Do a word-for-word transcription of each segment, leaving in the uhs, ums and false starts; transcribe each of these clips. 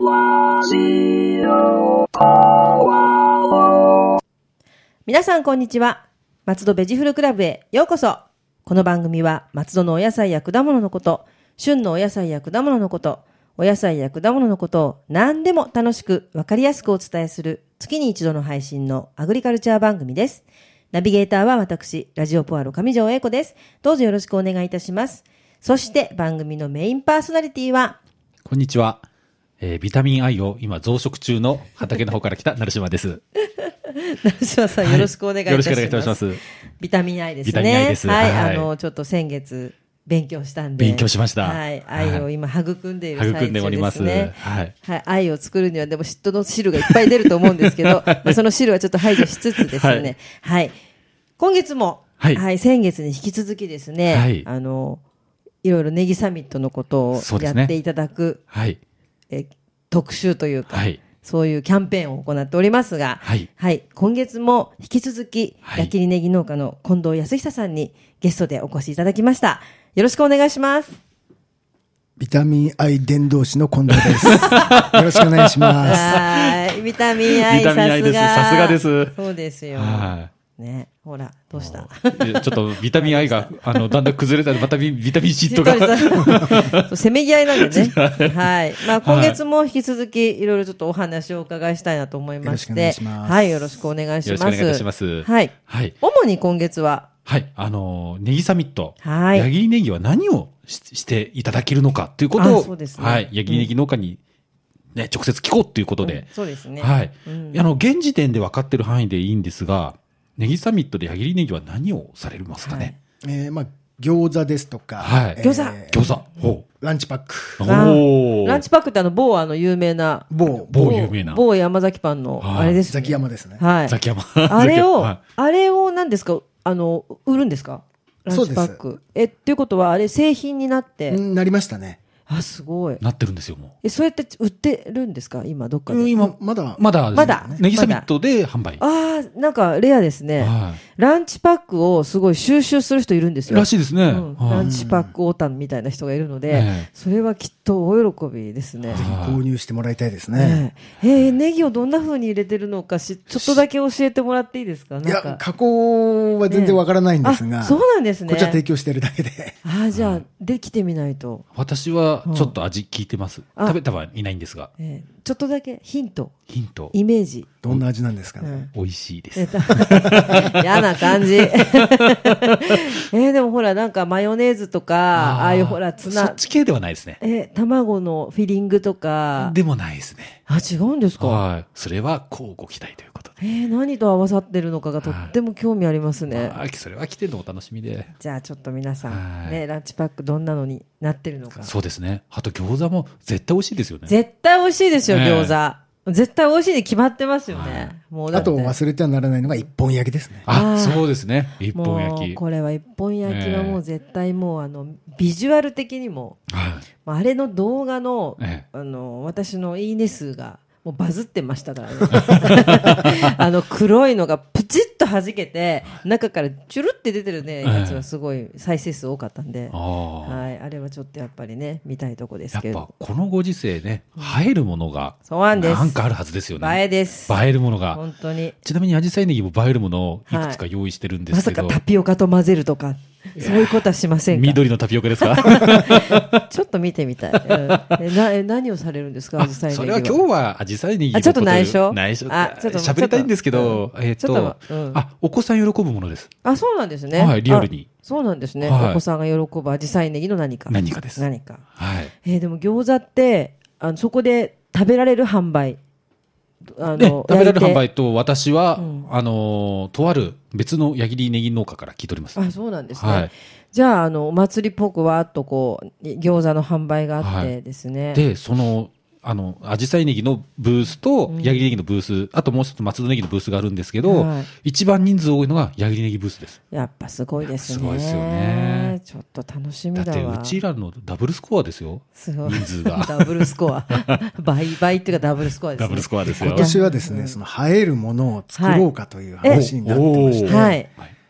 ラジオポアロ。 皆さんこんにちは。松戸ベジフルクラブへようこそ。この番組は松戸のお野菜や果物のこと、旬のお野菜や果物のこと、お野菜や果物のことを何でも楽しくわかりやすくお伝えする月に一度の配信のアグリカルチャー番組です。ナビゲーターは私、ラジオポアロ上条英子です。どうぞよろしくお願いいたします。そして番組のメインパーソナリティは、 こんにちは、えー、ビタミン I を今増殖中の畑の方から来た成島です。 成島さん、よろしくお願いいたします。 よろしくお願いいたします。 ビタミン I ですね。 ビタミン I です。 はい、 はい、 あのちょっと先月勉強したんで。 勉強しました。 はい、愛を今育んでいる最中ですね。 育んでおります。はい。 はい、愛を作るにはでも嫉妬の汁がいっぱい出ると思うんですけど、まあ、その汁はちょっと排除しつつですね。はい。はい、今月も、はい、はい、先月に引き続きですね、はい、あのいろいろネギサミットのことをやっていただく、ね、はい、え特集というか、はい、そういうキャンペーンを行っておりますが、はい、はい、今月も引き続き、はい、矢切ネギ農家の近藤康久さんにゲストでお越しいただきました。よろしくお願いします。 ビタミン I 伝道師の近藤です。よろしくお願いします。 はい、ビタミン I さすが。 さすがです。 そうですよ。はい。ね、ほら、どうした？ ちょっとビタミン I が、あの、だんだん崩れたら、またビタミン C とか。 せめぎ合いなんでね。はい。まあ、今月も引き続き、いろいろちょっとお話をお伺いしたいなと思いまして。よろしくお願いします。はい、よろしくお願いします。 よろしくお願いいたします。 はい。はい。主に今月は、 はい。あの、ネギサミット。はい。矢切ネギは何を し, していただけるのかということを、そうですね。はい。矢切ネギ農家に、ね、直接聞こうということで。うん、 そうですね。 はい。うん、あの、現時点で分かってる範囲でいいんですが、ネギサミットで矢切ネギは何をされますかね。 はい、えー、まあ、餃子ですとか。 はい。 餃子。 えー、餃子。 ほう。ランチパック。 おランチパックってあの、某あの、有名な。 某。 某有名な。 某山崎パンの、あれですね。 ザキヤマですね。 はい。 ザキヤマ。 あれを、あれを何ですか、あの、売るんですか？ランチパック。そうです。え、っていうことは、あれ製品になって。 なりましたね。 あ、すごい。 なってるんですよ、もう。 え、そうやって売ってるんですか今、どっかで。 今、まだ。 まだ、 まだ。 ネギサミットで販売。 ああ、なんかレアですね。はい。ランチパックをすごい収集する人いるんですよ。 らしいですね。 うん、ランチパックオータンみたいな人がいるので、それはきっとお喜びですね。 ぜひ購入してもらいたいですね。 えー、ネギをどんな風に入れてるのかし、ちょっとだけ教えてもらっていいですか？なんか。 いや、加工は全然わからないんですが。 そうなんですね。 こっちは提供してるだけで。 ああ、じゃあ、できてみないと。 私はちょっと味聞いてます。食べたはいないんですが。 えー、ちょっとだけヒント。 ヒント。 イメージ。 どんな味なんですかね。 美味しいです。 嫌な感じ。えー、でもほら、なんかマヨネーズとか、ああいうほら、ツナ。 そっち系ではないですね。 えー、卵のフィリングとか。 でもないですね。 あ、違うんですか？ はい。それはこうご期待ということで。 えー、何と合わさってるのかがとっても興味ありますね。 あ、それは来てるのお楽しみで。 じゃあちょっと皆さん、ね、ランチパックどんなのになってるのか。 そうですね。あと餃子も絶対美味しいですよね。 絶対美味しいですよ、餃子。絶対美味しいに決まってますよね。 もうだって。あと忘れてはならないのが一本焼きですね。 あ、そうですね。一本焼き。 これは一本焼きはもう絶対もうあの、ビジュアル的にも、あれの動画の、あの、私のいいね数が、もうバズってましたからね。あの黒いのがプチッと弾けて、中からチュルって出てるね、やつはすごい再生数多かったんで、はい、あれはちょっとやっぱりね、見たいとこですけど。 やっぱこのご時世ね、映えるものが、 そうなんです。 なんかあるはずですよね。 映えです。 映えるものが。 本当に。 ちなみにアジサイネギも映えるものをいくつか用意してるんですけど。 まさかタピオカと混ぜるとか。そういうことはしませんか？ 緑のタピオカですか？ ちょっと見てみたい。うん、えなえ何をされるんですか？アジサイネギは。 それは今日はアジサイネギ。 あ、ちょっと内緒。 内緒。あ、ちょっと喋りたいんですけど、うん、えっ、ー、と、うん、あ、お子さん喜ぶものです。 あ、そうなんですね。 はい、リアルに。 そうなんですね、はい。お子さんが喜ぶアジサイネギの何か。 何かです。 何か。 はい。 えー、でも餃子ってあのそこで食べられる販売。 あの食べられる販売と私は、うん、あのとある別の矢切ネギ農家から聞いております。 あ、そうなんですね。はい、じゃああのお祭りっぽくわーっとこう餃子の販売があってですね。はい、 でそのあの、アジサイネギのブースと、矢切ネギのブース、うん、あともう一つ松戸ネギのブースがあるんですけど、はい、一番人数多いのが矢切ネギブースです。 やっぱすごいですね。 すごいですよね。 ちょっと楽しみだわ。 だってうちらのダブルスコアですよ。すごい。人数が。 ダブルスコア。倍々っていうかダブルスコアですね。 ダブルスコアですよ。 今年はですね、その映えるものを作ろうかという話になってまして、はい。はい、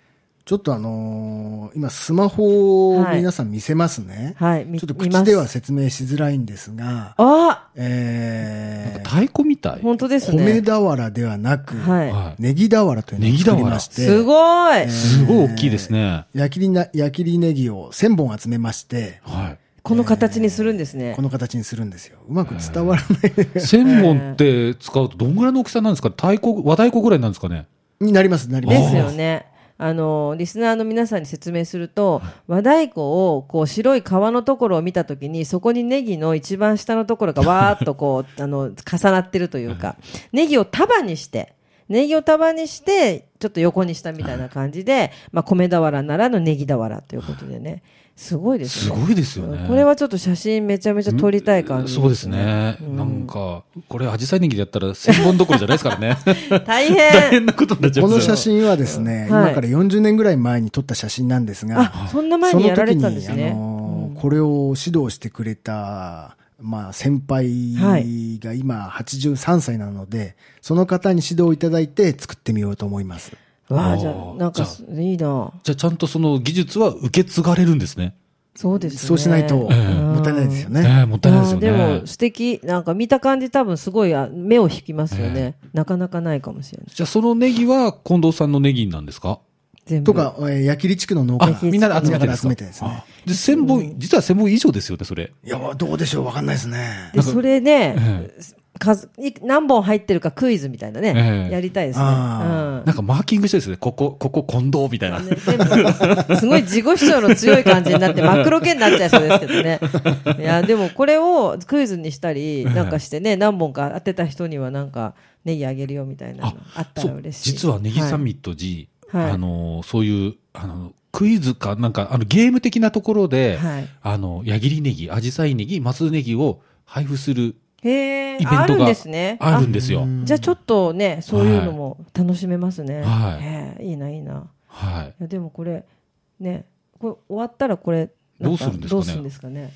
ちょっとあのー、今スマホを皆さん見せますね。はい。はい、ちょっと口では説明しづらいんですが。 あえー、太鼓みたい。 本当ですね。 米俵ではなく、はい、ネギ俵というのを作りまして。 すごい、 えー、すごい大きいですね。 焼きりな、焼きりネギをせんぼん集めまして、 はい。 この形にするんですね。 この形にするんですよ。うまく伝わらない。 千本って使うとどんぐらいの大きさなんですか？太鼓、和太鼓ぐらいなんですかね？ になります、なります。 ですよね。あの、リスナーの皆さんに説明すると、和太鼓を、こう、白い皮のところを見たときに、そこにネギの一番下のところがわーっとこう、あの、重なってるというか、ネギを束にして、ネギを束にして、ちょっと横にしたみたいな感じで、まあ、米俵ならぬネギ俵ということでね。すごいですね。 すごいですよね。 これはちょっと写真めちゃめちゃ撮りたい感じですね。 そうですね。うん、なんか、これ、アジサイネギでやったら千本どころじゃないですからね。 大変。 大変なことになっちゃう。 この写真はですね、はい、今からよんじゅうねんぐらい前に撮った写真なんですが、 あ、そんな前にやられてたんですね。 あのー、これを指導してくれた、まあ、先輩が今はちじゅうさんさいなので、はい、その方に指導いただいて作ってみようと思います。 わあ、じゃあ、なんか、いいな。 じゃあ、ちゃんとその技術は受け継がれるんですね。 そうですね。 そうしないと、もったいないですよね。 えー、もったいないですよね。 でも、素敵。なんか見た感じ多分すごい目を引きますよね。えー、なかなかないかもしれない。 じゃあ、そのネギは近藤さんのネギなんですか？ 全部。 とか、えー、焼きり地区の農家みんなで集めて集めてですね。 で、千本、実は千本以上ですよね、それ。 いや、どうでしょう、わかんないですね。 で、それね、えー数何本入ってるかクイズみたいなね、えー、やりたいですね、うん。 なんかマーキングしたいですね。ここ、ここ近藤みたいな。ね、全部すごい自己主張の強い感じになって真っ黒系になっちゃいそうですけどね。いや、でもこれをクイズにしたりなんかしてね、何本か当てた人にはなんかネギあげるよみたいなのあったら嬉しい。 実はネギサミット G、はい、あの、そういう、あの、クイズか、なんか、あの、ゲーム的なところで、はい、あの、矢切ネギ、アジサイネギ、松ネギを配布するへイベントがあるんですね。 あるんですよ。 じゃあちょっとね、そういうのも楽しめますね。 はい。 へいいな、いいな。 はい。 いやでもこれ、ね、これ終わったらこれ、 どうするんですかね。 どうするんですかね。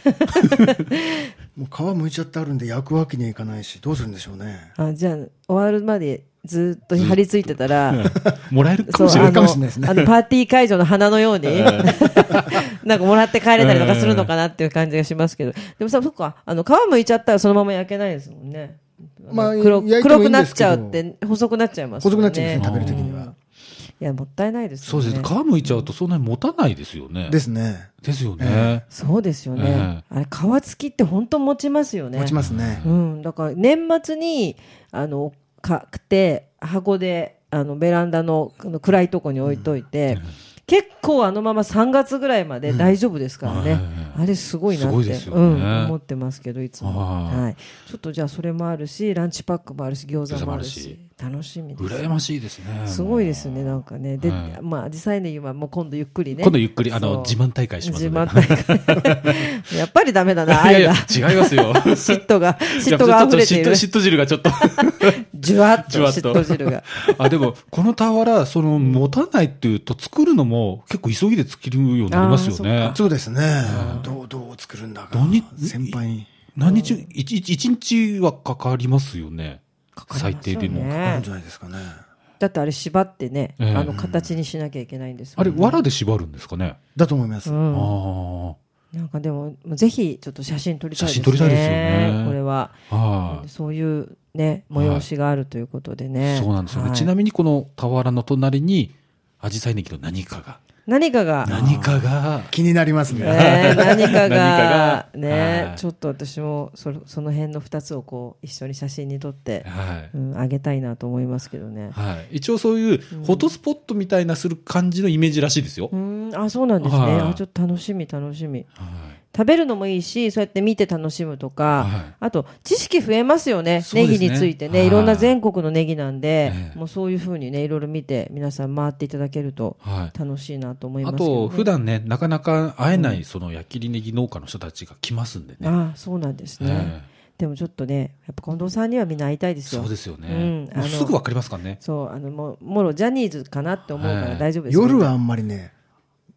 もう皮むいちゃってあるんで焼くわけにはいかないし、どうするんでしょうね。 あ、じゃあ、終わるまでずっと張り付いてたら、 もらえるかもしれないかもしれないですね。 あの、パーティー会場の花のように、なんかもらって帰れたりとかするのかなっていう感じがしますけど。でもさ、そっか、あの、皮むいちゃったらそのまま焼けないですもんね。まあ、黒黒くなっちゃうって、細くなっちゃいますもんね。細くなっちゃうんですね、食べるときには。 いや、もったいないですよね。 そうです。皮むいちゃうとそんなに持たないですよね。 ですね。 ですよね。 えー、そうですよね。えー、あれ、皮付きって本当持ちますよね。 持ちますね。 うん。だから年末に、あの、買って、箱で、あの、ベランダの暗いとこに置いといて、うん、結構あのままさんがつぐらいまで大丈夫ですからね。うん、あれすごいなって、ね、うん、思ってますけど、いつも。はい。ちょっとじゃあそれもあるし、ランチパックもあるし、餃子もあるし。楽しみです。 羨ましいですね。 すごいですね、なんかね。で、はい、まあ、アジサイネギはもう今度ゆっくりね。 今度ゆっくり、あの、自慢大会しますので。自慢大会。やっぱりダメだな、 愛が。いやいや、違いますよ。 嫉妬が、嫉妬が溢れている。 嫉妬汁がちょっと。 じゅわっと、嫉妬汁が。 あ、でも、この俵、その、持たないっていうと、作るのも結構急ぎで作るようになりますよね。 そうですね。どう、どう作るんだか。先輩に。 何日、一、一日はかかりますよね。最低でも。 かかるんじゃないですかね。 だってあれ縛ってね、えー、あの形にしなきゃいけないんですもんね。あれ、藁で縛るんですかね。 だと思います。うん、 あなんかでも、ぜひちょっと写真撮りたいですね。 写真撮りたいですよね。 これは。そういうね、催しがあるということでね。 そうなんですよね。はい、ちなみにこの俵の隣に、アジサイネギの何かが。 何かが。 何かが。 気になりますね。 ね何かが。ね、はい、ちょっと私もそ、その辺の二つをこう、一緒に写真に撮って、はいうん、あげたいなと思いますけどね。 はい。一応そういう、フォトスポットみたいなする感じのイメージらしいですよ。 うん、あ、そうなんですね。はい、あ、ちょっと楽しみ、楽しみ。はい食べるのもいいし、そうやって見て楽しむとか、はい、あと、知識増えますよね。ネギについてね。いろんな全国のネギなんで、はい、もうそういうふうにね、いろいろ見て、皆さん回っていただけると、楽しいなと思いますけど、ねはい、 あと、普段ね、なかなか会えない、その、焼きりネギ農家の人たちが来ますんでね。 うん、ああ、そうなんですね。はいでもちょっとね、やっぱ近藤さんにはみんな会いたいですよ。 そうですよね。うん、あのすぐわかりますからね。 そう、あの、もう、もろジャニーズかなって思うから大丈夫ですよ、ねはい、夜はあんまりね、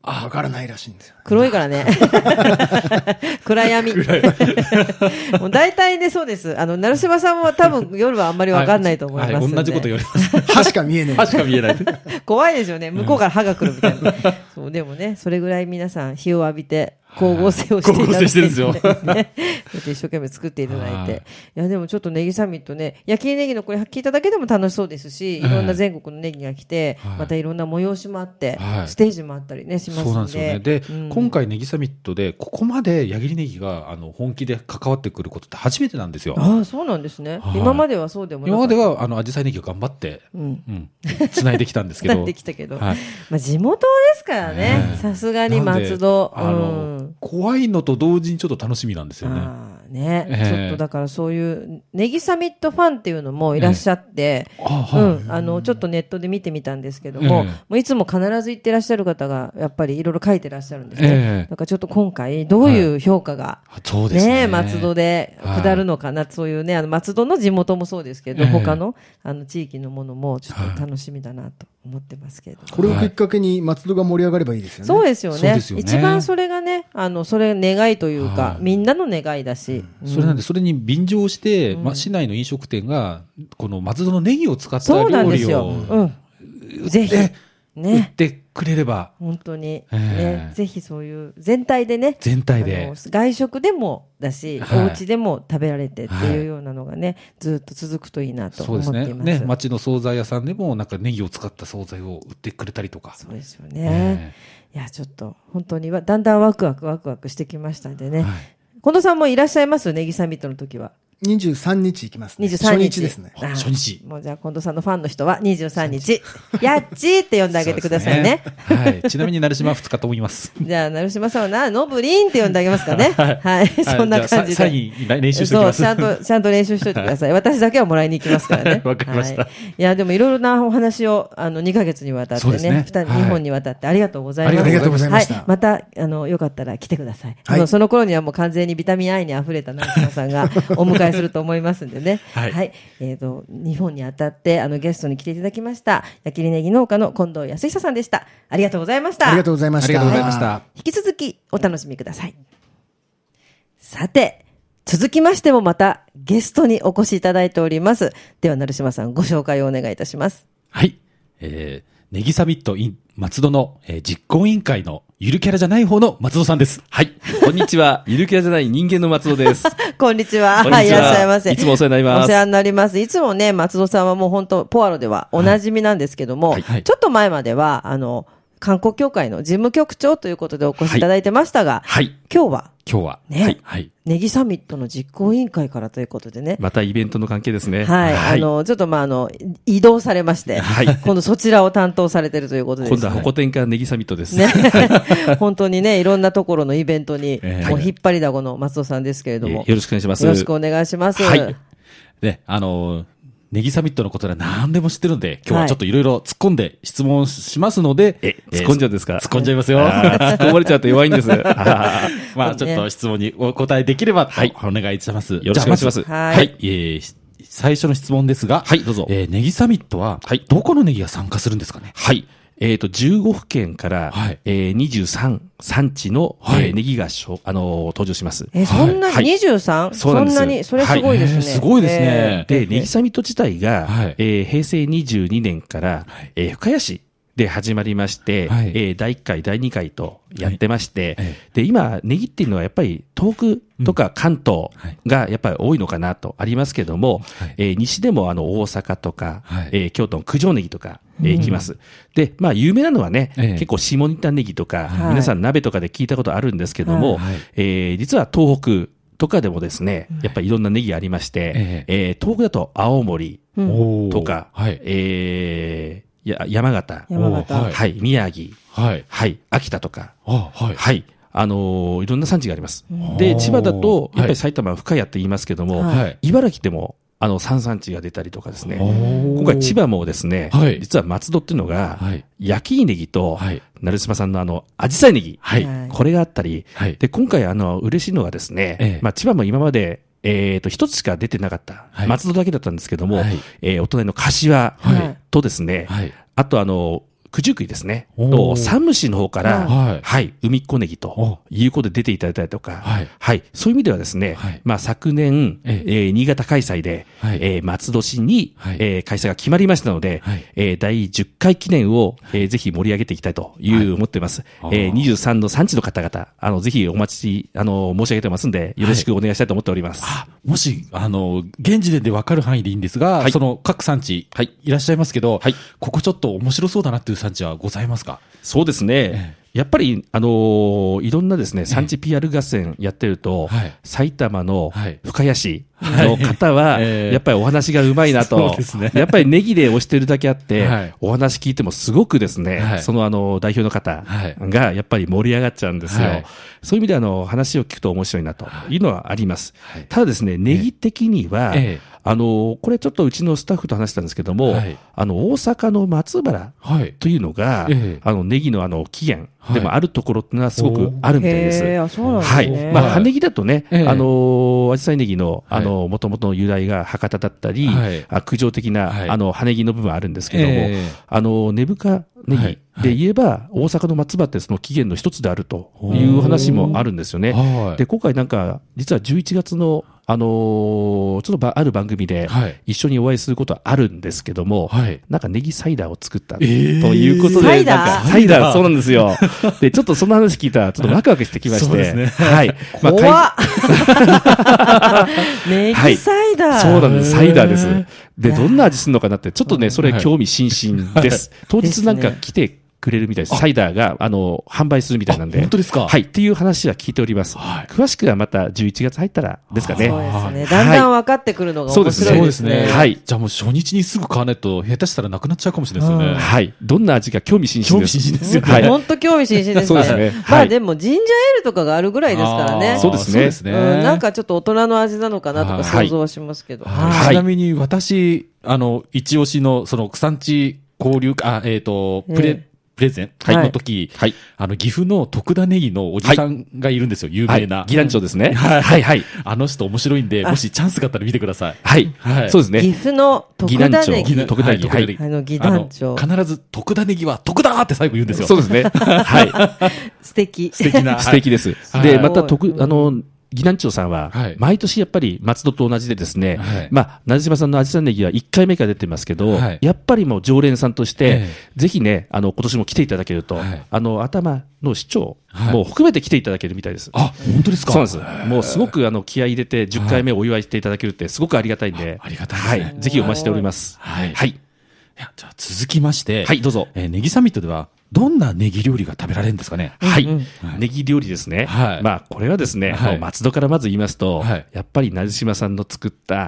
わからないらしいんですよ。 黒いからね。暗闇。もう大体ね、そうです。あの、成島さんは多分夜はあんまりわかんないと思いますんで、 はいはい、同じこと言われます。 歯しか見えない。 歯しか見えない。 怖いですよね。向こうから歯が来るみたいな。そう、でもね、それぐらい皆さん日を浴びて、光合成をしていただいて、ね、光合成してるんですよ。ね、一生懸命作っていただいて。いや、でもちょっとネギサミットね、焼きネギのこれ聞いただけでも楽しそうですし、いろんな全国のネギが来て、はい、またいろんな催しもあって、はい、ステージもあったりね、しますので。そうなんですよね。 で、うん、今回ネギサミットで、ここまで矢切ネギがあの本気で関わってくることって初めてなんですよ。 ああ、そうなんですね。はい、今まではそうでもなかった。 今までは、あの、アジサイネギを頑張って、うん、うん、繋いできたんですけど。 繋いできたけど。はい、まあ、地元ですからね。さすがに松戸。 あの、うん、怖いのと同時にちょっと楽しみなんですよね。 あね、えー、ちょっとだからそういうネギサミットファンっていうのもいらっしゃって、えー、うん、あのちょっとネットで見てみたんですけども、えー、もういつも必ず行ってらっしゃる方がやっぱりいろいろ書いてらっしゃるんですね。えー、だからちょっと今回どういう評価が、はい、そうですね、松戸で下るのかな、はい、そういうね、あの松戸の地元もそうですけど、えー、他のあの地域のものもちょっと楽しみだなと思ってますけれども、 これをきっかけに松戸が盛り上がればいいですよね。 そうですよね。そうですよね。一番それがね、あのそれ願いというか、はい、みんなの願いだし、 うん、それなんで、それに便乗して、うん、まあ、市内の飲食店がこの松戸のネギを使った料理を、 うん、ぜひね、売ってくれれば本当に、えーね、ぜひそういう全体でね、 全体で外食でもだし、はい、お家でも食べられてっていうようなのがね、はい、ずっと続くといいなと思っています。そうですね。 ね、町の惣菜屋さんでもなんかネギを使った惣菜を売ってくれたりとか。 そうですよね。えー、いやちょっと本当にだんだんワクワクワクワクしてきましたんでね。はい、近藤さんもいらっしゃいます？ネギサミットの時は。 にじゅうさんにち行きますね。 にじゅうさんにち初日ですね。 初日。 もうじゃあ近藤さんのファンの人はにじゅうさんにち。やっちーって呼んであげてくださいね。 ね、はい。ちなみに成島はふつかと思います。 じゃあ成島さんはな、のぶりんって呼んであげますかね。はい。はい、そんな感じで。 サイン練習しておきます。 そう、ちゃんと、ちゃんと練習しておいてください。私だけはもらいに行きますからね。 わかりました。 はい。いや、でもいろいろなお話を、あの、にかげつにわたってね、ね二人、日本にわたってありがとうございます。 ありがとうございました。 はい。また、あの、よかったら来てください。はい。その頃にはもう完全にビタミン I に溢れた成島さんがお迎えすると思いますんでね。はい、はい。えっ、ー、と、日本にあたって、あの、ゲストに来ていただきました、矢切ネギ農家の近藤康久さんでした。ありがとうございました。 ありがとうございました。 ありがとうございました。 引き続きお楽しみください。さて、続きましてもまたゲストにお越しいただいております。では、成島さん、ご紹介をお願いいたします。 はい。えー、ネギサミット in 松戸の、えー、実行委員会のゆるキャラじゃない方の松戸さんです。 はい。こんにちは。ゆるキャラじゃない人間の松戸です。 こんにちは。はい、いらっしゃいませ。 いつもお世話になります。 お世話になります。いつもね、松戸さんはもう本当、ポアロではお馴染みなんですけども、はいはい、ちょっと前までは、あの、観光協会の事務局長ということでお越しいただいてましたが、はい。今日は、 今日は、 ね、はい。はい。ネギサミットの実行委員会からということでね。 またイベントの関係ですね。 はい。はい、あの、ちょっとまあ、あの、移動されまして、はい。今度そちらを担当されているということです。 今度はホコ天下ネギサミットです。 ね。はい、本当にね、いろんなところのイベントに、えー、もう引っ張りだこの松尾さんですけれども、 えー。よろしくお願いします。 よろしくお願いします。 はい。ね、あのー、ネギサミットのことは何でも知ってるので、今日はちょっといろいろ突っ込んで質問しますので、 え、突っ込んじゃうんですか？ 突っ込んじゃいますよ。 突っ込まれちゃうと弱いんです。 まあちょっと質問にお答えできればとお願いします。 よろしくお願いします。 はい。えー、最初の質問ですが、 はい、どうぞ。 えー、ネギサミットは、はい、どこのネギが参加するんですかね？ はい。えっ、ー、と、じゅうごふけんから、はい、えー、にじゅうさん産地の、はい、えー、ネギがしょ、あのー、登場します。 えー、そんなに にじゅうさん？ はい、そんなに、それすごいですね。はい、 すごいですね。 で、ネギサミット自体が、はい、えー、へいせいにじゅうにねんから、はい、えー、深谷市で始まりまして、はい、えー、だいいっかい、だいにかいとやってまして、はいはい、で、今、ネギっていうのはやっぱり東北とか関東がやっぱり多いのかなとありますけども、はい、えー、西でもあの大阪とか、はい、えー、京都の九条ネギとか、えー、行きます。で、まあ有名なのはね、ええ、結構下仁田ネギとか、はい、皆さん鍋とかで聞いたことあるんですけども、はい、えー、実は東北とかでもですね、やっぱりいろんなネギがありまして、えええー、東北だと青森とか、はい、えーや、山形。 山形。 はい。宮城。はい。はい。秋田とか。はい。はい。あのー、いろんな産地があります。で、千葉だと、やっぱり埼玉は深谷って言いますけども、はい、茨城でも、あの、産産地が出たりとかですね。今回千葉もですね、はい、実は松戸っていうのが、はい、焼きネギと、はい、成島さんのあの、アジサイネギ。はい。これがあったり、はい、で、今回あの、嬉しいのがですね、ええ、まあ、千葉も今まで、えっと、一つしか出てなかった。はい、松戸だけだったんですけども、はい、えー、お隣の柏とですね、はい、あとあの、 九十九里ですね。と、山武市の方から、はい、はい、海っこネギということで出ていただいたりとか、はい、はい、そういう意味ではですね、はい、まあ昨年、えー、新潟開催で、はい、えー、松戸市に、はい、えー、開催が決まりましたので、はい、えー、だいじゅっかい記念を、えー、ぜひ盛り上げていきたいという思っています。はい、えー、にじゅうさんの産地の方々、あの、ぜひお待ち、あの、申し上げてますんで、よろしくお願いしたいと思っております。 はい、もし、あの、現時点で分かる範囲でいいんですが、はい、その各産地、はい、いらっしゃいますけど、はい、ここちょっと面白そうだなっていう産地はございますか？ そうですね。ええ、やっぱり、あのー、いろんなですね、産地 ピーアール 合戦やってると、はい、埼玉の深谷市の方は、やっぱりお話がうまいなと、はい、そうですね、やっぱりネギで押してるだけあって、はい、お話聞いてもすごくですね、はい、そのあの、代表の方がやっぱり盛り上がっちゃうんですよ。はい、そういう意味であの、話を聞くと面白いなというのはあります。はい、ただですね、ネギ的には、ええ、あの、これちょっとうちのスタッフと話したんですけども、はい、あの、大阪の松原というのが、はい、ええ、あの、ネギのあの、起源でもあるところっていうのはすごくあるみたいです。 はい、そうなんですね。 はい。まあ、葉ネギだとね、ええ、あの、アジサイネギの、あの、元々の由来が博多だったり、はい、あ九条的な、はい、あの、葉ネギの部分はあるんですけども、ええ、あの、根深ネギで言えば、はい、大阪の松葉ってその起源の一つであるという話もあるんですよね。はい、で、今回なんか、実はじゅういちがつのあのー、ちょっとある番組で一緒にお会いすることはあるんですけども、はい、なんかネギサイダーを作ったということで、 えー、サイダーサイダー、そうなんですよ。で、ちょっとその話聞いたらちょっとワクワクしてきまして、そうですね、はい。 まあ、怖っネギサイダー、 はい、そうなんです、サイダーです。で、どんな味するのかなって、ちょっとね、それ興味津々です。当日なんか来てくれるみたいです。サイダーが、あの、販売するみたいなんで。 本当ですか？ はい。っていう話は聞いております。はい、詳しくはまたじゅういちがつ入ったらですかね。 そうですね。だんだん分かってくるのが面白いですね。 そうですね。はい。じゃあもう初日にすぐ買わないと、下手したらなくなっちゃうかもしれないですよね。 はい。どんな味か興味津々です。 興味津々ですよね。 はい。本当興味津々ですね。 そうですね。 まあでも、ジンジャーエールとかがあるぐらいですからね。 そうですね。そうですね。 なんかちょっと大人の味なのかなとか想像はしますけど。 はい。ちなみに私、あの、一押しの、その、産地交流、あ、えっと、プレ、プレゼンの時、はい、あの、岐阜の徳田ネギのおじさんがいるんですよ、有名な。 はい、義団長ですね。 はい、はい、はい。あの人面白いんで、もしチャンスがあったら見てください。 はい。はい。そうですね。 岐阜の徳田ネギ。 徳田ネギ。はい。 あの、義団長。 必ず徳田ネギは徳田って最後言うんですよ。 そうですね。はい。 素敵。 素敵な。 素敵です。で、また徳、あの、義団長さんは、毎年やっぱり松戸と同じでですね、はい、まあ、なじまさんのアジサイネギはいっかいめから出てますけど、はい、やっぱりもう常連さんとして、えー、ぜひね、あの、今年も来ていただけると、はい、あの、頭の市長も含めて来ていただけるみたいです。 あ、本当ですか？ そうなんです。もうすごくあの、気合い入れてじゅっかいめお祝いしていただけるってすごくありがたいんで、 ありがたいですね。 はい。ぜひお待ちしております。 はい。はい。いや、じゃあ続きまして、 はい、どうぞ。 えー、ネギサミットでは、どんなネギ料理が食べられるんですかね？ はい。うんうん、ネギ料理ですね。はい。まあ、これはですね、はい、松戸からまず言いますと、はい、やっぱりなじしまさんの作った、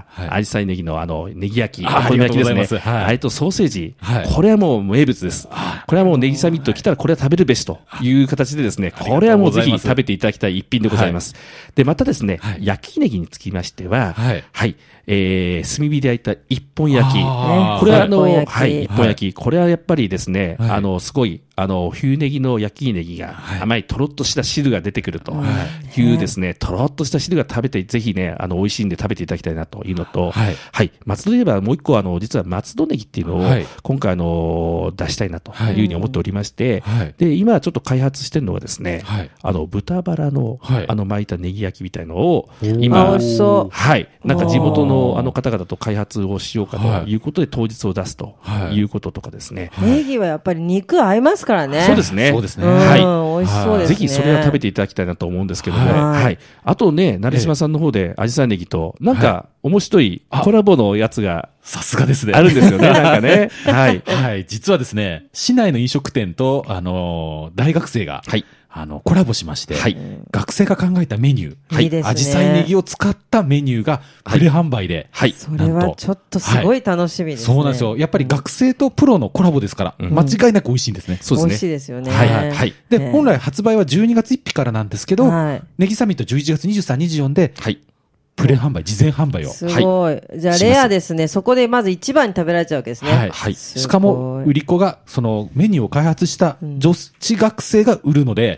アジサイネギのあの、ネギ焼き、お好み焼きですね。はい。あれとソーセージ、はい、これはもう名物です。これはもうネギサミット来たらこれは食べるべしという形でですね、これはもうぜひ食べていただきたい一品でございます。はい、で、またですね、はい、焼きネギにつきましては、はい。はい。えー、炭火で焼いた一本焼き。これはあの、はい、一本焼き。これはやっぱりですね、あの、すごい、あの、冬ネギの焼きネギが甘いとろっとした汁が出てくるというですね、とろっとした汁が食べて、ぜひね、あの、美味しいんで食べていただきたいなというのと、はい。はい。松戸で言えばもう一個あの、実は松戸ネギっていうのを、今回あの、出したいなというふうに思っておりまして、はい。で、今ちょっと開発してるのがですね、はい。あの、豚バラの、はい。あの、巻いたネギ焼きみたいのを、今、 美味しそう。 はい。なんか地元のあの方々と開発をしようかということで当日を出すということとかですね。 ネギはやっぱり肉合いますからね。 そうですね。 そうですね。 はい。 美味しそうですね。 ぜひそれは食べていただきたいなと思うんですけども。はい。あとね、成島さんの方でアジサイネギと、なんか面白いコラボのやつが、 さすがですね。 あるんですよね、なんかね。はい。 はい。実はですね、市内の飲食店と、あの、大学生が、はい。あの、コラボしまして、はい、学生が考えたメニュー、はい、アジサイネギを使ったメニューがプレ販売で、 はい、それはちょっとすごい楽しみですね。 そうなんですよ。やっぱり学生とプロのコラボですから、うん、間違いなく美味しいんですね。 そうですね。 美味しいですよね。 はい、はい。で、本来発売はじゅうにがつついたちからなんですけど、はい、ネギサミットじゅういちがつにじゅうさん、にじゅうよっかで、はい。プレ販売、事前販売を。 すごい。じゃあ、レアですね。そこでまず一番に食べられちゃうわけですね。 はい。はい。しかも、売り子が、そのメニューを開発した女子学生が売るので、はい。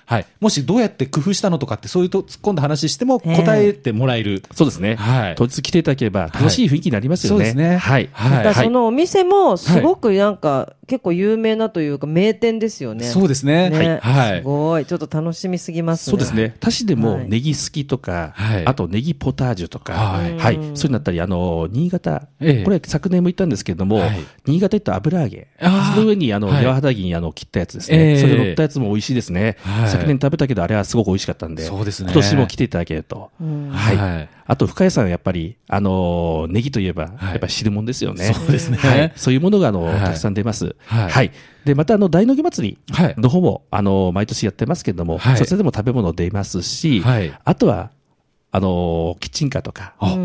はい。もしどうやって工夫したのとかって、そういうと突っ込んだ話しても答えてもらえる。 そうですね。はい。当日来ていただければ楽しい雰囲気になりますよね。はい、そうですね。はい。 はい。そのお店もすごくなんか、結構有名なというか名店ですよね。 そうですね。ねはい。すごい。ちょっと楽しみすぎますね。 そうですね。他市でもネギすきとか、はい、あとネギポタージュとか、はい。はい、そういうのだったり、あの、新潟、ええ、これ昨年も言ったんですけれども、はい、新潟って油揚げ。その上に、あの、柔肌銀、あの、切ったやつですね。ええ、それ乗ったやつも美味しいですね。はい、昨年食べたけど、あれはすごく美味しかったんで、そうですね。今年も来ていただけると。はい。はい、あと、深谷さんはやっぱり、あの、ネギといえば、やっぱり汁物ですよね。 そうですね。 はい。そういうものが、あの、たくさん出ます。はい。はい。で、また、あの、大農業祭りの方も、あの、毎年やってますけれども、そちらでも食べ物出ますし、はい。あとは、あの、キッチンカーとか、はい。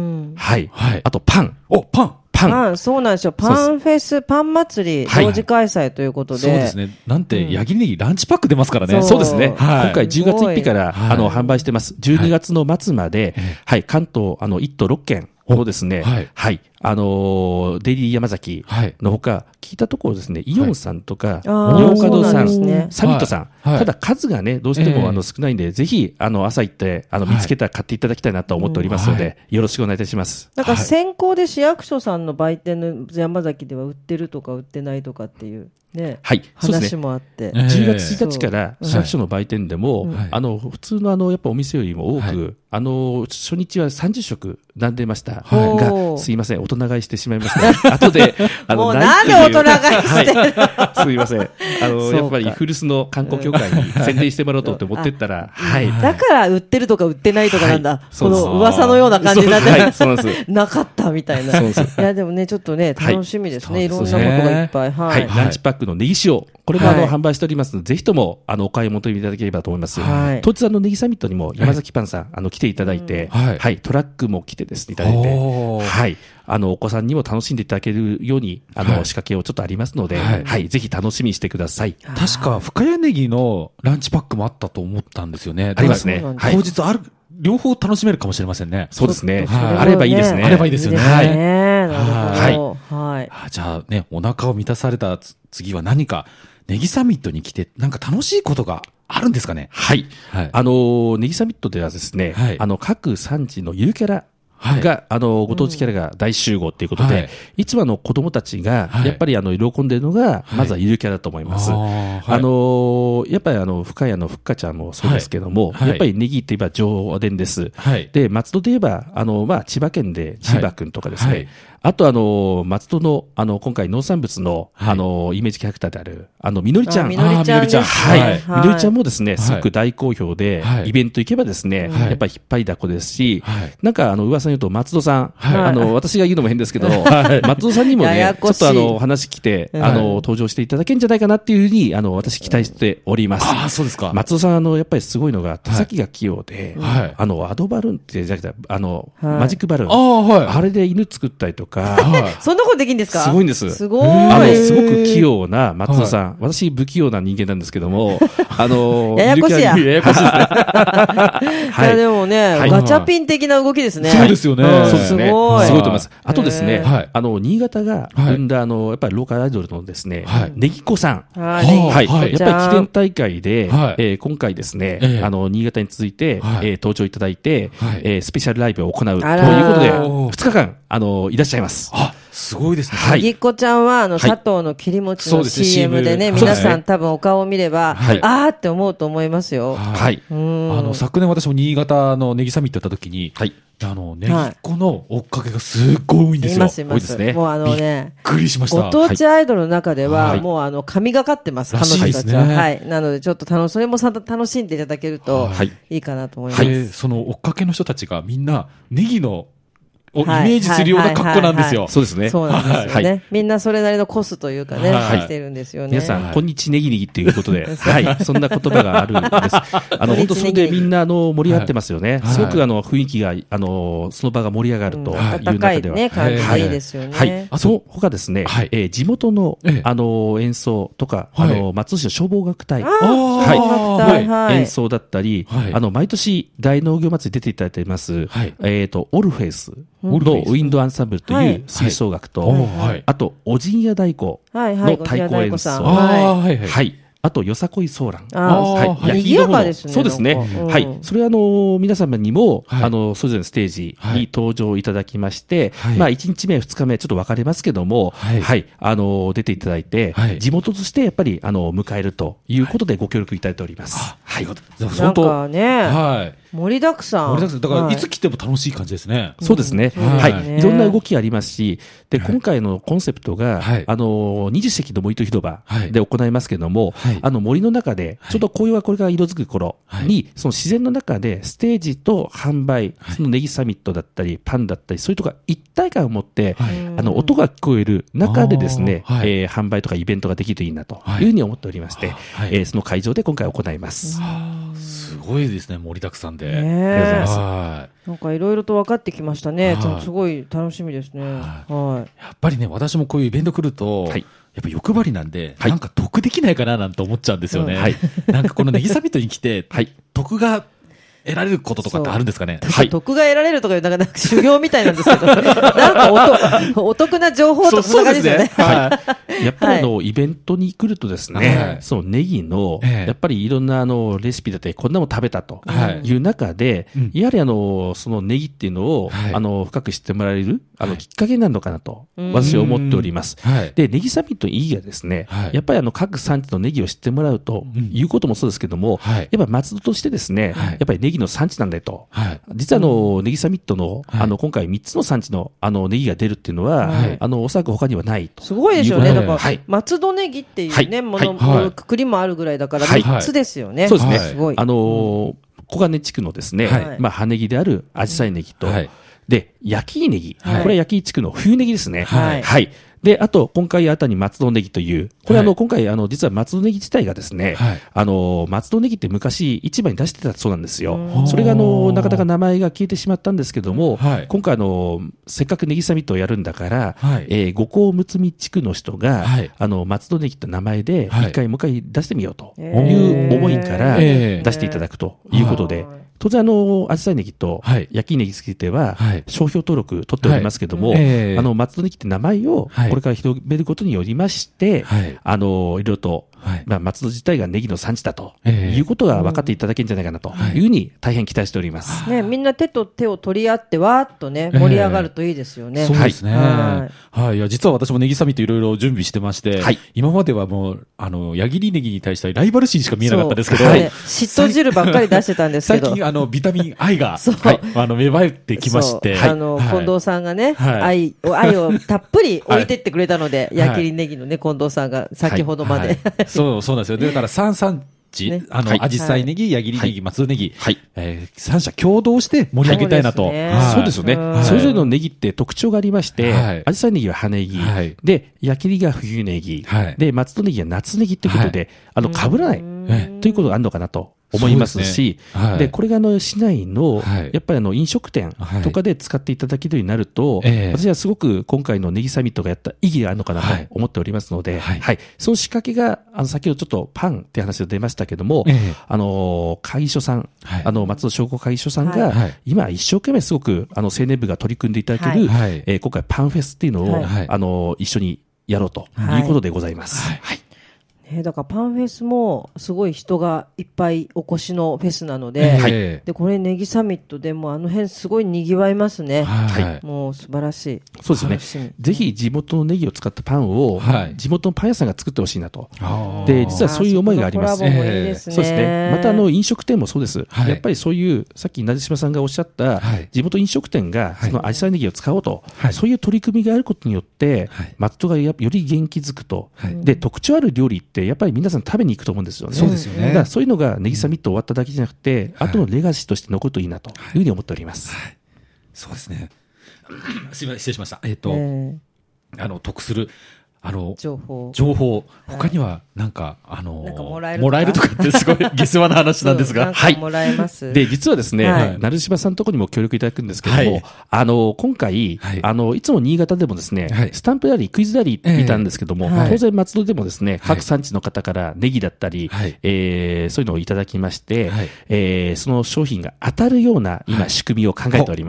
はい。あと、パン。 お、パン。 パン。パン、そうなんですよ。パンフェス、パン祭り、同時開催ということで。 そうですね。なんて、矢切ネギランチパック出ますからね。 そうですね。今回じゅうがつついたちから、あの、販売してます。じゅうにがつの末まで、はい、関東、あの、いっとろっけんをですね、はい。あの、デイリー山崎のほか、聞いたところですね、イオンさんとか、洋華堂さん、サミットさん、ただ数がね、どうしてもあの少ないんで、ぜひ、あの、朝行って、あの、見つけたら買っていただきたいなと思っておりますので、よろしくお願いいたします。 なんか先行で市役所さんの売店の山崎では売ってるとか売ってないとかっていう。ね、はい、 話もあって。 じゅうがつついたちから市役所の売店でも、あの、普通のあの、やっぱお店よりも多く、あの、初日はさんじゅっしょく並んでましたが、すいません、大人買いしてしまいました。後で、 あの、もうなんで大人買いしてるのすいません。あの、やっぱり古巣の観光協会に宣伝してもらおうと思って持ってったら、はい。 だから売ってるとか売ってないとかなんだ。この噂のような感じになって、そうなんです。なかったみたいな。いや、でもね、ちょっとね、楽しみですね。いろんなことがいっぱい。 はい。ランチパックのネギ塩。これもあの、販売しておりますので、ぜひとも、あの、お買い求めいただければと思います。はい。当日あの、ネギサミットにも山崎パンさん、あの、来ていただいて、はい。トラックも来てですね、いただいて、はい。あの、お子さんにも楽しんでいただけるように、あの、仕掛けをちょっとありますので、はい。ぜひ楽しみにしてください。 確か、深谷ネギのランチパックもあったと思ったんですよね。 ありますね。 当日ある、両方楽しめるかもしれませんね。 そうですね。あればいいですね。 あればいいですよね。 はい。はい。はい。 じゃあね、お腹を満たされた次は何か、ネギサミットに来て、なんか楽しいことがあるんですかね。 はい。はい、あの、ネギサミットではですね、はい、あの、各産地のゆるキャラが、はい、あの、ご当地キャラが大集合っていうことで、はい、いつもあの子供たちが、やっぱりあの、喜んでるのが、まずはゆるキャラだと思います。はい、あ, あの、やっぱりあの、深谷のふっかちゃんもそうですけども、はい、やっぱりネギって言えば上田です。はい、で、松戸で言えば、あの、まあ、千葉県で千葉くんとかですね、はいはい、あとあの、松戸の、あの、今回農産物の、はい、あの、イメージキャラクターである、あの、みのりちゃん。 みのりちゃん。 はい。みのりちゃんもですね、すごく大好評で、はい、イベント行けばですね、はい、やっぱり引っ張りだこですし、はい、なんかあの、噂に言うと松戸さん、はい、あの、私が言うのも変ですけど、はい、松戸さんにもね、ややちょっとあの、話来て、あの、登場していただけるんじゃないかなっていうふうに、あの、私期待しております。 ああ、そうですか。 松戸さん、あの、やっぱりすごいのが、手先が器用で、はい、あの、アドバルーンってじゃなくて、あの、はい、マジックバルーン。ああ、はい。あれで犬作ったりとか、はいそんなことできるんですか？ すごいんです。 すごい。 あの、すごく器用な松戸さん。私、不器用な人間なんですけども、あの、 ややこしいや。 ややこしいですね。 はい。いや、でもね、ガチャピン的な動きですね。 そうですよね。 そうですね。すごいと思います。あとですね、あの、新潟が生んだ、あの、やっぱりローカルアイドルのですね、ネギ子さん。はい。やっぱり記念大会で、え今回ですね、あの、新潟に続いて、え登場いただいて、えスペシャルライブを行うということで、ふつかかん、あの、いらっしゃいます。 すごいですね。 はい。ネギ子ちゃんは、あの、佐藤の切り餅の シーエム でね、皆さん多分お顔を見れば、あーって思うと思いますよ。 はい。あの、昨年私も新潟のネギサミットやった時に、はい。あの、ネギ子の追っかけがすっごい多いんですよ。 いますいます。多いですね。もうあのね、 びっくりしました。 ご当地アイドルの中では、もうあの、神がかってます、彼女たちは。はい。なので、ちょっと楽し、それもさ楽しんでいただけると、いいかなと思います。はい。 その追っかけの人たちがみんな、ネギの、をイメージするような格好なんですよ。 そうですね。 そうなんですよね。みんなそれなりのコスというかね、してるんですよね。 皆さん、こんにちネギネギっていうことで、はい。そんな言葉があるんです。あの、本当それでみんな、あの、盛り上がってますよね。すごく、あの、雰囲気が、あの、その場が盛り上がるという中では。 ね、感じがいいですよね。 はい。その他ですね、地元の、あの、演奏とか、あの、松戸市の消防楽隊。はい。演奏だったり、あの、毎年大農業祭り出ていただいています、えっと、オルフェイス。のウィンドアンサンブルという吹奏楽と、あと、おじんや太鼓の太鼓演奏。はい。 あと、よさこいソーラン。 はい。賑やかですね。 そうですね。はい。それは、あの、皆様にも、あの、それぞれのステージに登場いただきまして、まあ、いちにちめ、ふつかめ、ちょっと分かれますけども、はい。あの、出ていただいて、地元として、やっぱり、あの、迎えるということでご協力いただいております。はい。 なんかね、はい。盛りだくさん。 盛りだくさん。だから、いつ来ても楽しい感じですね。 そうですね。はい。いろんな動きありますし、で、今回のコンセプトが、あの、にじゅっせきの森と広場で行いますけども、あの、森の中で、ちょうど紅葉がこれから色づく頃に、その自然の中で、ステージと販売、そのネギサミットだったり、パンだったり、そういうところが一体感を持って、あの、音が聞こえる中でですね、え販売とかイベントができるといいなというふうに思っておりまして、えその会場で今回行います。 すごいですね、盛りだくさんで。 ありがとうございます。なんかいろいろと分かってきましたね。すごい楽しみですね。はい。 やっぱりね、私もこういうイベント来ると、やっぱ欲張りなんで、なんか得できないかななんて思っちゃうんですよね。なんかこのネギサミットに来て、得が得られることとかってあるんですかね。 はい。得が得られるとかいう、なんか、なんか修行みたいなんですけど、なんかお、お得な情報とかそんな感じですよね。 はい。やっぱりあの、イベントに来るとですね、そのネギの、やっぱりいろんなあの、レシピだったり、こんなもん食べたという中で、やはりあの、そのネギっていうのを、あの、深く知ってもらえる、あの、きっかけになるのかなと、私は思っております。で、ネギサミットの意義がですね、やっぱりあの、各産地のネギを知ってもらうということもそうですけども、やっぱり松戸としてですね、やっぱりネギの産地なんだよと。はい、実はあの、ネギサミットの、あの、今回みっつの産地の、あの、ネギが出るっていうのは、はい、あの、おそらく他にはないと。 すごいですよね。だから、はい、松戸ネギっていうね、もの、はい、くくりもあるぐらいだから、みっつですよね。 そうですね。すごい。あの、小金地区のですね、まあ、葉ネギであるアジサイネギと、で、焼きネギ。これは焼き地区の冬ネギですね。はい。はい。で、あと、今回新たに松戸ネギという、これあの、今回あの、実は松戸ネギ自体がですね、あの、松戸ネギって昔市場に出してたそうなんですよ。それがあの、なかなか名前が消えてしまったんですけども、今回あの、せっかくネギサミットをやるんだから、え五甲むつみ地区の人が、あの、松戸ネギって名前で、一回もう一回出してみようという思いから出していただくということで、当然あの、アジサイネギと焼きネギについては、商標登録取っておりますけども、あの、松戸ネギって名前をこれから広めることによりまして、あの、いろいろと、まあ、松戸自体がネギの産地だということが分かっていただけるんじゃないかなというふうに大変期待しております。 ね、みんな手と手を取り合ってわーっとね、盛り上がるといいですよね。 そうですね。はい。はい。いや、実は私もネギサミットいろいろ準備してまして、今まではもう、あの、矢切ネギに対してはライバル心しか見えなかったですけど、 嫉妬汁ばっかり出してたんですけど。 最近、あの、ビタミン愛が、あの、芽生えてきまして、 あの、近藤さんがね、愛を、愛をたっぷり置いてってくれたので、矢切ネギのね、近藤さんが先ほどまで。 そう、そうなんですよ。だから三産地、ね、あの、アジサイネギ、矢切ネギ、松戸ネギ、はい、えー、三社共同して盛り上げたいなと。 そうですよね。それぞれのネギって特徴がありまして、アジサイネギは葉ネギ、で、矢切が冬ネギ、で、松戸ネギは夏ネギってことで、あの、被らない、ということがあるのかなと。思いますし、で、ねはい、これがあの市内の、はい、やっぱりあの飲食店とかで使っていただけるようになると、はい、私はすごく今回のネギサミットがやった意義があるのかなと思っておりますので、はい、はい、その仕掛けが、あの先ほどちょっとパンって話が出ましたけども、あの、会議所さん、はい、あの、松戸商工会議所さんが、はい、今一生懸命すごく、あの、青年部が取り組んでいただける、はい、えー、今回パンフェスっていうのを、はい、あの、一緒にやろうということでございます。はい、はい、 ね、だからパンフェスもすごい人がいっぱいお越しのフェスなので、はい、でこれネギサミットでもあの辺すごい賑わいますね。はい、もう素晴らしい。 そうですね。ぜひ地元のネギを使ったパンを、はい、地元のパン屋さんが作ってほしいなと。で実はそういう思いがあります。 コラボもいいですね。 そうですね。またあの飲食店もそうです。はい、やっぱりそういうさっきなでしまさんがおっしゃった、はい、地元飲食店がそのアジサイネギを使おうと、はい、そういう取り組みがあることによって、はい、松戸がより元気づくと、はい、で特徴ある料理ってやっぱり皆さん食べに行くと思うんですよね。 そうですよね。 だからそういうのがネギサミット終わっただけじゃなくて、はい、後のレガシーとして残るといいなというふうに思っております。はいはい、 そうですね。すみません、失礼しました。えっと、えー、あの得するあの情報情報他にはなんか、はい、あのなんかもらえるもらえるとかってすごい下世話な話なんですが、 はい。もらえます。 で実はですね、はい、成島さんのところにも協力いただくんですけども、はい、あの今回、はい、あのいつも新潟でもですね、はい、スタンプラリークイズラリーいたんですけども、えー、当然松戸でもですね、はい、各産地の方からネギだったり、はい、えー、そういうのをいただきまして、はい、えー、その商品が当たるような今仕組みを考えております。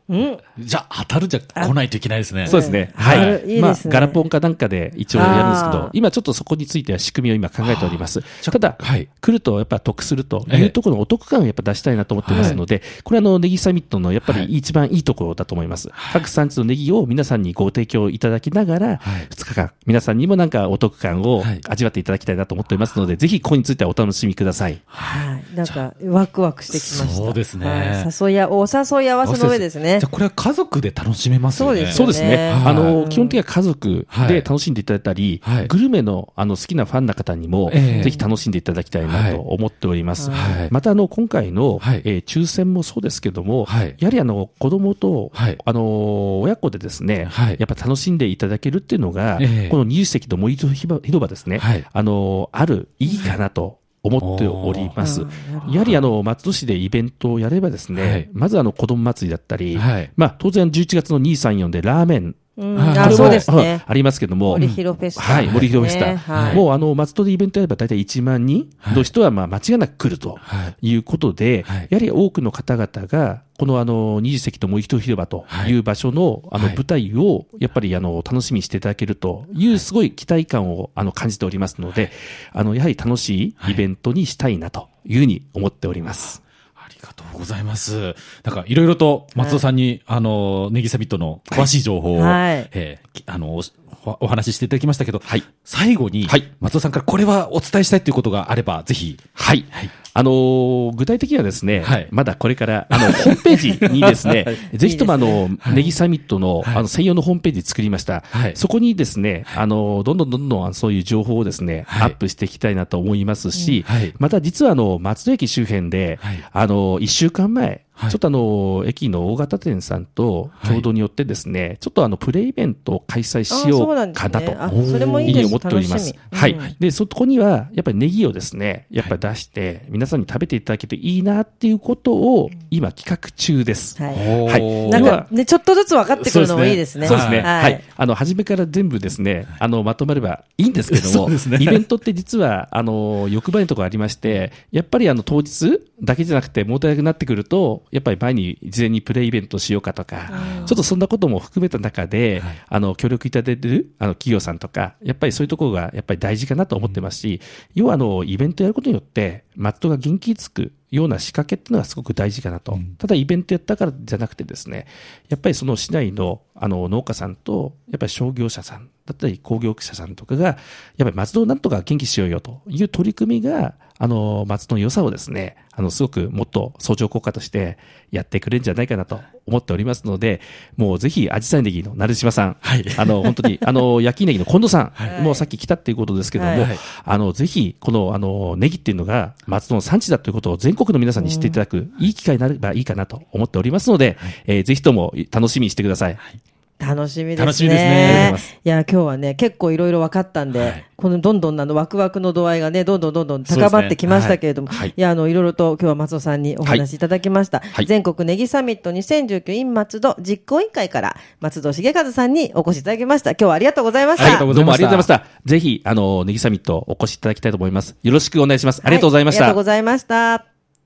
うん。 じゃあ、当たるじゃ来ないといけないですね。 そうですね。はい。 いいですね。 まあ、ガラポンかなんかで一応やるんですけど、今ちょっとそこについては仕組みを今考えております。ただ、はい、来るとやっぱ得するというところのお得感をやっぱ出したいなと思ってますので、はい、これはあの、ネギサミットのやっぱり一番いいところだと思います。はい、各産地のネギを皆さんにご提供いただきながら、はい、ふつかかん、皆さんにもなんかお得感を味わっていただきたいなと思っておりますので、はい、ぜひここについてはお楽しみください。 はい。なんか、ワクワクしてきました。 そうですね。 はい、誘いや、お誘い合わせの上ですね。 じゃあこれは家族で楽しめますよね。 そうですね。 そうですね。あの、基本的には家族で楽しんでいただいたり、はい、グルメのあの好きなファンの方にも、ぜひ楽しんでいただきたいなと思っております。はい、またあの、今回の、はい、えー、抽選もそうですけども、はい、やはりあの、子供と、はい、あの、親子でですね、はい、やっぱ楽しんでいただけるっていうのが、えー、このにじゅっせきの森戸広場ですね、はい、あの、ある意義かなと。思っております。やはりあの、松戸市でイベントをやればですね、はい、まずあの、子供祭りだったり、はい、まあ、当然じゅういちがつのに、さん、よんでラーメン、 うん、あ、そうですね。 ありますけども。 森広フェスタ。 はい、森広フェスタ。はい、もうあの、松戸でイベントやれば大体いちまんにんの人はまあ間違いなく来るということで、はいはい、やはり多くの方々が、このあの、にじゅっせきと森広広場という場所のあの舞台を、やっぱりあの、楽しみにしていただけるというすごい期待感をあの、感じておりますので、あの、やはり楽しいイベントにしたいなというふうに思っております。 ありがとうございます。なんかいろいろと松戸さんに、はい、あの、ネギサミットの詳しい情報を、はい、えー、あの、お、お話ししていただきましたけど、はい、最後に、はい、松戸さんからこれはお伝えしたいということがあれば、ぜひ。 はい。はい、あのー、具体的にはですね、はい、まだこれから、あの、ホームページにですね、はい、ぜひともあの、はい、ネギサミットの、はい、あの、専用のホームページ作りました。はい、そこにですね、あの、どんどんどんどんそういう情報をですね、はい、アップしていきたいなと思いますし、はい、また実はあの、松戸駅周辺で、はい、あの、一週間前、はい、ちょっとあの、駅の大型店さんと共同によってですね、はい、ちょっとあの、プレイベントを開催しようかなと、 それもいいです。 思っております。はい。で、そこには、やっぱりネギをですね、やっぱり出して、皆さんに食べていただけるといいなっていうことを、今企画中です。はい。はい。 なんかね、ちょっとずつ分かってくるのもいいですね。 そうですね。はい。あの、初めから全部ですね、あの、まとまればいいんですけども、イベントって実は、あの、欲張りのところありまして、やっぱりあの、当日だけじゃなくて、問題なくなってくると、やっぱり前に事前にプレイイベントしようかとか、ちょっとそんなことも含めた中で、はい、あの、協力いただいている、あの、企業さんとか、やっぱりそういうところが、やっぱり大事かなと思ってますし、うん、要はあの、イベントやることによって、松戸が元気つくような仕掛けっていうのがすごく大事かなと。うん、ただイベントやったからじゃなくてですね、やっぱりその市内の、あの、農家さんと、やっぱり商業者さんだったり工業者さんとかが、やっぱり松戸をなんとか元気しようよという取り組みが、あの、松戸の良さをですね、あの、すごくもっと相乗効果としてやってくれるんじゃないかなと思っておりますので、もうぜひ、アジサイネギの成島さん、はい、あの、本当に、あの、焼きネギの近藤さん、はい、もうさっき来たっていうことですけども、はい、あの、ぜひ、この、あの、ネギっていうのが松戸の産地だということを全国の皆さんに知っていただく、いい機会になればいいかなと思っておりますので、はい、えー、ぜひとも楽しみにしてください。はい、 楽しみですね。 楽しみですね。 いや、今日はね、結構いろいろ分かったんで、はい、このどんどんあのワクワクの度合いがね、どんどんどんどん高まってきましたけれども、ね、はい、いや、あの、いろいろと今日は松尾さんにお話しいただきました。はい、全国ネギサミットにせんじゅうきゅう in 松戸実行委員会から松戸重和さんにお越しいただきました。今日はありがとうございました。 はい、どうもありがとうございました。ぜひ、あの、ネギサミットお越しいただきたいと思います。よろしくお願いします。ありがとうございました。 はい、ありがとうございました。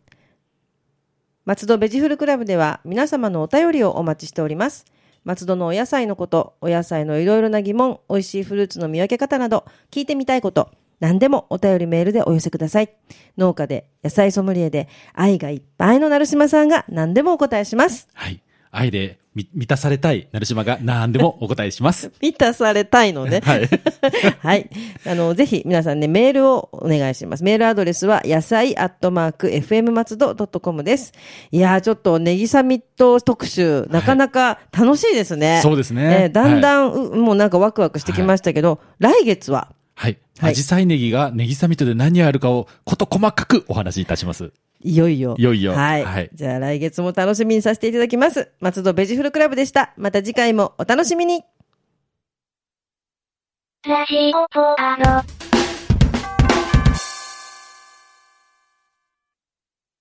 松戸ベジフルクラブでは皆様のお便りをお待ちしております。松戸のお野菜のこと、お野菜のいろいろな疑問、美味しいフルーツの見分け方など、聞いてみたいこと、何でもお便りメールでお寄せください。農家で、野菜ソムリエで、愛がいっぱいの成島さんが何でもお答えします。 はい。愛で満たされたい成島が何でもお答えします。 満たされたいのね。はい。はい。あの、ぜひ皆さんね、メールをお願いします。メールアドレスは、野菜アットマーク、エフエム 松戸 ドットコム です。いやー、ちょっとネギサミット特集、なかなか楽しいですね。はい、 そうですね。 えー、だんだん、はい、もうなんかワクワクしてきましたけど、はい、来月ははい。アジサイネギがネギサミットで何やるかをこと細かくお話しいたします。 いよいよ。 いよいよ。 はい。はい、じゃあ来月も楽しみにさせていただきます。松戸ベジフルクラブでした。また次回もお楽しみに。ラジオポアロ。